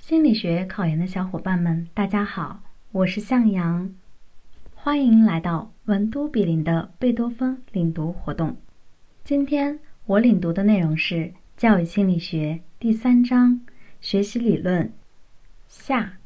心理学考研的小伙伴们，大家好，我是向阳，欢迎来到文都比邻的贝多芬领读活动。今天我领读的内容是教育心理学第3章学习理论下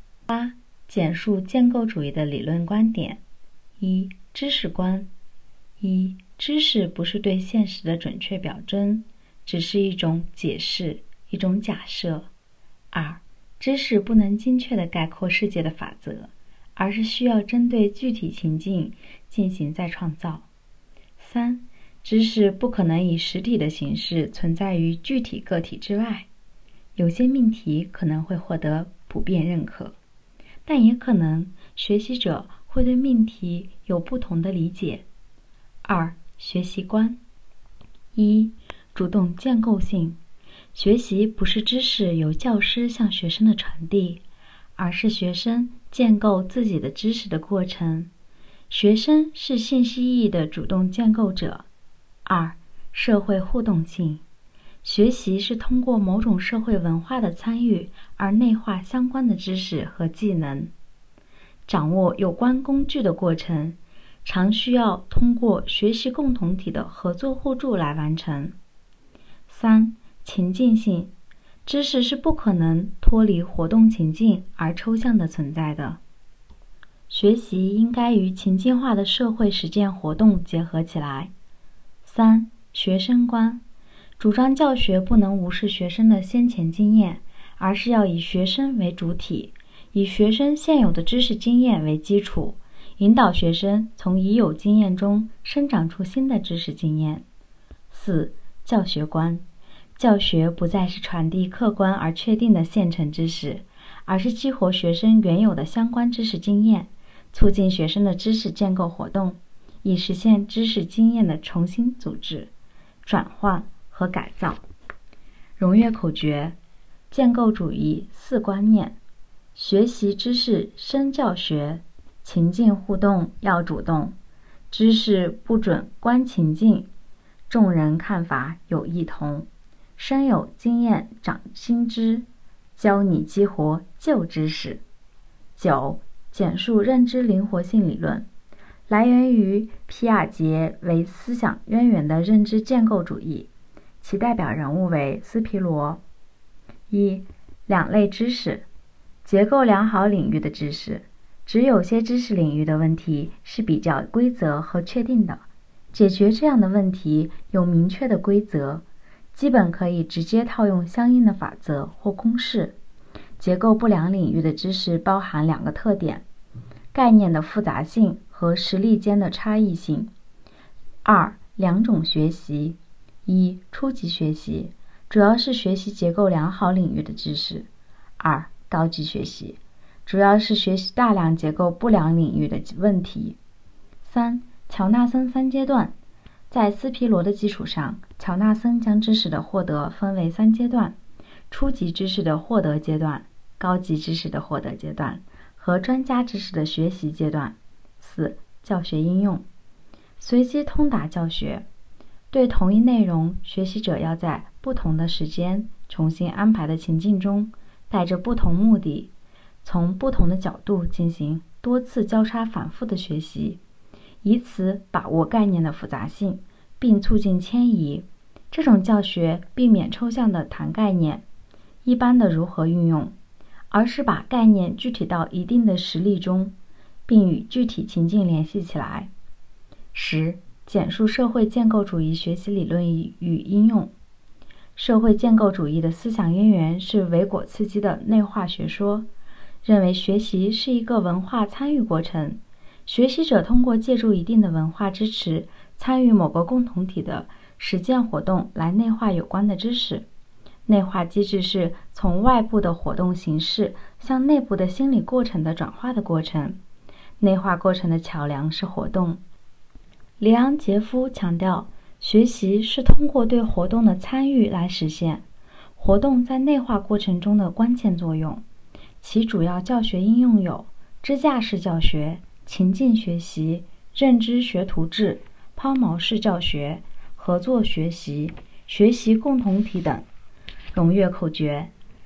8简述建构主义的理论观点。1、知识观。1、知识不是对现实的准确表征，只是一种解释，一种假设。2、知识不能精确地概括世界的法则，而是需要针对具体情境进行再创造。3、知识不可能以实体的形式存在于具体个体之外。有些命题可能会获得普遍认可，但也可能学习者会对命题有不同的理解。2、学习观。1、主动建构性。学习不是知识由教师向学生的传递，而是学生建构自己的知识的过程。学生是信息意义的主动建构者。2、社会互动性。学习是通过某种社会文化的参与而内化相关的知识和技能。掌握有关工具的过程，常需要通过学习共同体的合作互助来完成。3、情境性。知识是不可能脱离活动情境而抽象的存在的。学习应该与情境化的社会实践活动结合起来。3、学生观。主张教学不能无视学生的先前经验，而是要以学生为主体，以学生现有的知识经验为基础，引导学生从已有经验中生长出新的知识经验。4、教学观。教学不再是传递客观而确定的现成知识，而是激活学生原有的相关知识经验，促进学生的知识建构活动，以实现知识经验的重新组织、转换和改造。荣跃口诀：建构主义4观念。学习知识生教学，情境互动要主动，知识不准观情境，众人看法有异同，生有经验长新知，教你激活旧知识。9、简述认知灵活性理论。来源于皮亚杰为思想渊源的认知建构主义，其代表人物为斯皮罗。1、两类知识。结构良好领域的知识。只有些知识领域的问题是比较规则和确定的，解决这样的问题有明确的规则，基本可以直接套用相应的法则或公式。结构不良领域的知识包含2个特点：概念的复杂性和实例间的差异性。2、两种学习。1、初级学习，主要是学习结构良好领域的知识。2、高级学习，主要是学习大量结构不良领域的问题。3、乔纳森3阶段。在斯皮罗的基础上，乔纳森将知识的获得分为3阶段：初级知识的获得阶段、高级知识的获得阶段和专家知识的学习阶段。4、教学应用。随机通达教学。对同一内容，学习者要在不同的时间、重新安排的情境中，带着不同目的，从不同的角度进行多次交叉反复的学习，以此把握概念的复杂性，并促进迁移。这种教学避免抽象的谈概念、一般的如何运用，而是把概念具体到一定的实例中，并与具体情境联系起来。10、简述社会建构主义学习理论与应用。社会建构主义的思想渊源是维果茨基的内化学说，认为学习是一个文化参与过程，学习者通过借助一定的文化支持，参与某个共同体的实践活动来内化有关的知识。内化机制是从外部的活动形式向内部的心理过程的转化的过程。内化过程的桥梁是活动。里昂杰夫强调，学习是通过对活动的参与来实现，活动在内化过程中的关键作用。其主要教学应用有支架式教学、情境学习、认知学图制、抛锚式教学、合作学习、学习共同体等。荣跃口诀：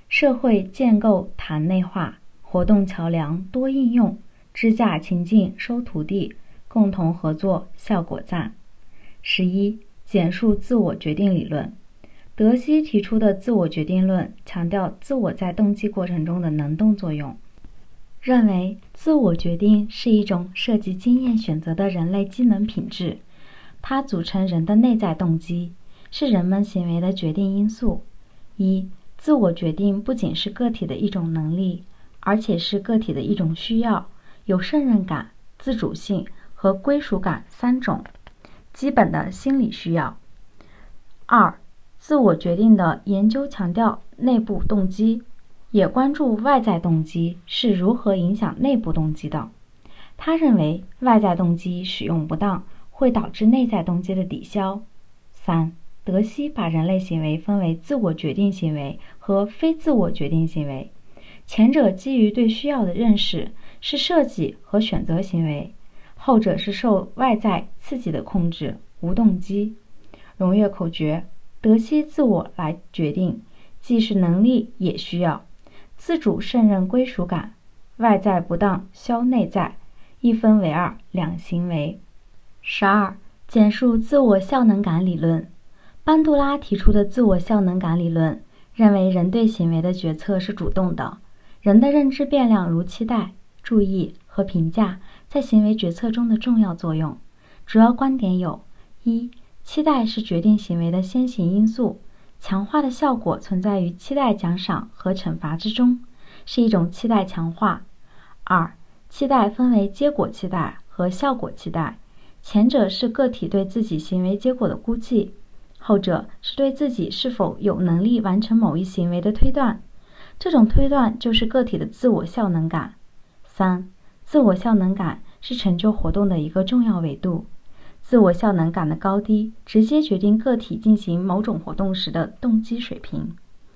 社会建构谈内化，活动桥梁多应用，支架情境收徒弟，共同合作效果赞。11. 简述自我决定理论。德西提出的自我决定论强调自我在动机过程中的能动作用，认为自我决定是一种涉及经验选择的人类机能品质，它组成人的内在动机，是人们行为的决定因素。自我决定不仅是个体的一种能力，而且是个体的一种需要，有胜任感、自主性和归属感3种基本的心理需要。2. 自我决定的研究强调内部动机，也关注外在动机是如何影响内部动机的。他认为外在动机使用不当会导致内在动机的抵消。3. 德西把人类行为分为自我决定行为和非自我决定行为，前者基于对需要的认识，是设计和选择行为，后者是受外在刺激的控制，无动机。荣跃口诀：德西自我来决定，既是能力也需要，自主胜任归属感，外在不当消内在，一分为二，两行为。12. 简述自我效能感理论。班杜拉提出的自我效能感理论认为人对行为的决策是主动的，人的认知变量如期待、注意和评价在行为决策中的重要作用。主要观点有： 1. 期待是决定行为的先行因素，强化的效果存在于期待奖赏和惩罚之中，是一种期待强化。 2. 期待分为结果期待和效果期待，前者是个体对自己行为结果的估计，后者是对自己是否有能力完成某一行为的推断，这种推断就是个体的自我效能感。 3. 自我效能感是成就活动的一个重要维度，自我效能感的高低直接决定个体进行某种活动时的动机水平。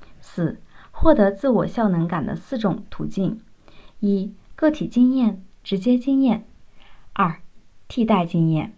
4. 获得自我效能感的4种途径： 1. 个体经验、直接经验； 2. 替代经验；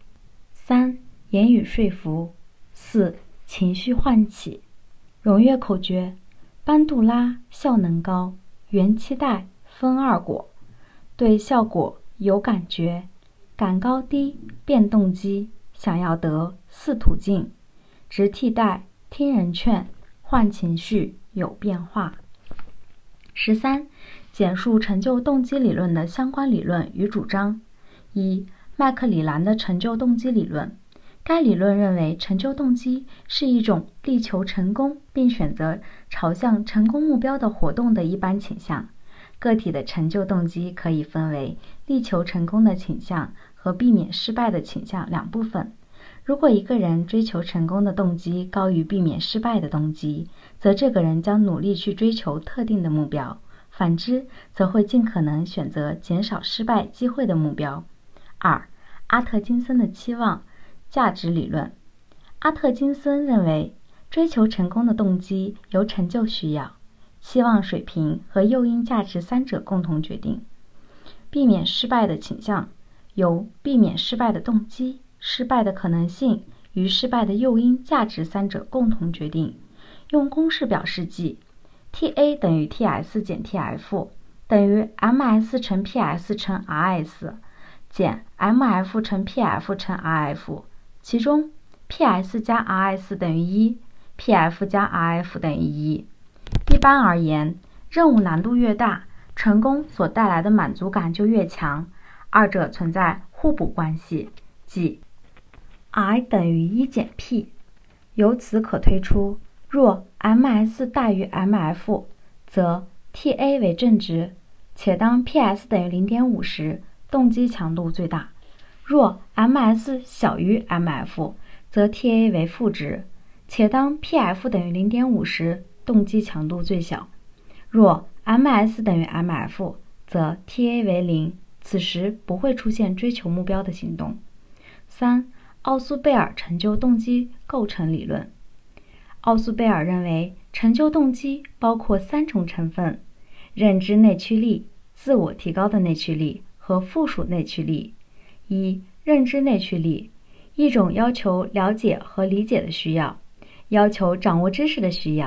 3. 言语说服； 4. 情绪唤起。荣跃口诀：班杜拉效能高，原期待分2果，对效果有感觉，感高低变动机，想要得4途径，直替代听人劝，换情绪有变化。13. 简述成就动机理论的相关理论与主张。 1. 麦克里兰的成就动机理论。该理论认为成就动机是一种力求成功并选择朝向成功目标的活动的一般倾向。个体的成就动机可以分为力求成功的倾向和避免失败的倾向2部分。如果一个人追求成功的动机高于避免失败的动机，则这个人将努力去追求特定的目标，反之则会尽可能选择减少失败机会的目标。2. 阿特金森的期望价值理论。阿特金森认为，追求成功的动机由成就需要、期望水平和诱因价值3者共同决定。避免失败的倾向由避免失败的动机、失败的可能性与失败的诱因价值3者共同决定。用公式表示记 ：TA 等于 TS 减 TF 等于 MS 乘 PS 乘 RS 减 MF 乘 PF 乘 RF， 其中 PS 加 RS 等于1， PF 加 RF 等于1。一般而言，任务难度越大，成功所带来的满足感就越强，二者存在互补关系，即 I 等于1减 P。 由此可推出，若 MS 大于 MF， 则 TA 为正值，且当 PS 等于 0.5 时，动机强度最大；若 MS 小于 MF， 则 TA 为负值，且当 PF 等于 0.5 时，动机强度最小；若 MS 等于 MF， 则 TA 为0，此时不会出现追求目标的行动。3. 奥苏贝尔成就动机构成理论。奥苏贝尔认为，成就动机包括3种成分：认知内驱力、自我提高的内驱力和附属内驱力。1. 认知内驱力，一种要求了解和理解的需要，要求掌握知识的需要，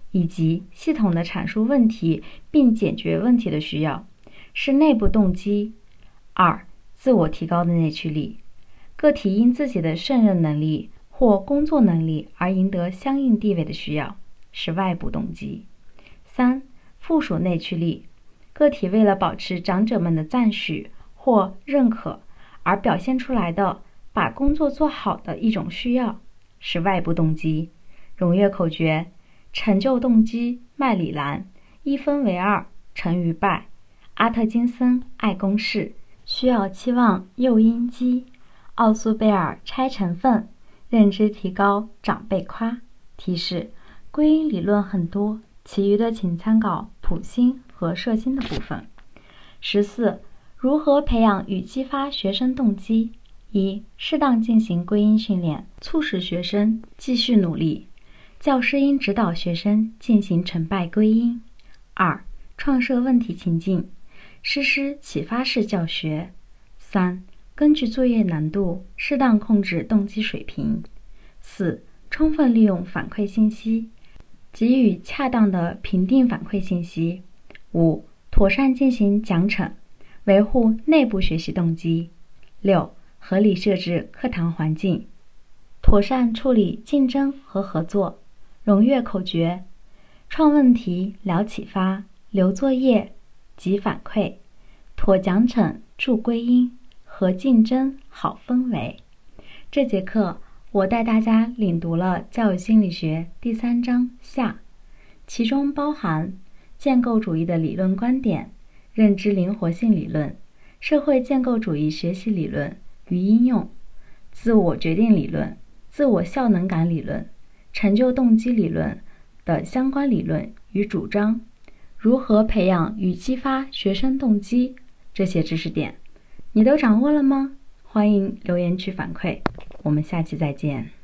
以及系统的阐述问题并解决问题的需要，是内部动机。2、自我提高的内驱力，个体因自己的胜任能力或工作能力而赢得相应地位的需要，是外部动机。3、附属内驱力，个体为了保持长者们的赞许或认可而表现出来的把工作做好的一种需要，是外部动机。荣誉口诀：成就动机麦里兰1分为2，成与败。阿特金森爱公式，需要期望诱因基。奥苏贝尔拆成分，认知提高长辈夸。提示：归因理论很多，其余的请参考普心和摄心的部分。14、如何培养与激发学生动机？1、适当进行归因训练，促使学生继续努力。教师应指导学生进行成败归因。2、创设问题情境，实施启发式教学。3、根据作业难度，适当控制动机水平。4、充分利用反馈信息，给予恰当的评定反馈信息。5、妥善进行奖惩，维护内部学习动机。6、合理设置课堂环境，妥善处理竞争和合作。荣誉口诀：创问题、聊启发、留作业、给反馈、妥奖惩、助归因、和竞争好氛围。这节课我带大家领读了教育心理学第3章下，其中包含建构主义的理论观点、认知灵活性理论、社会建构主义学习理论与应用、自我决定理论、自我效能感理论、成就动机理论的相关理论与主张，如何培养与激发学生动机，这些知识点你都掌握了吗？欢迎留言区反馈，我们下期再见。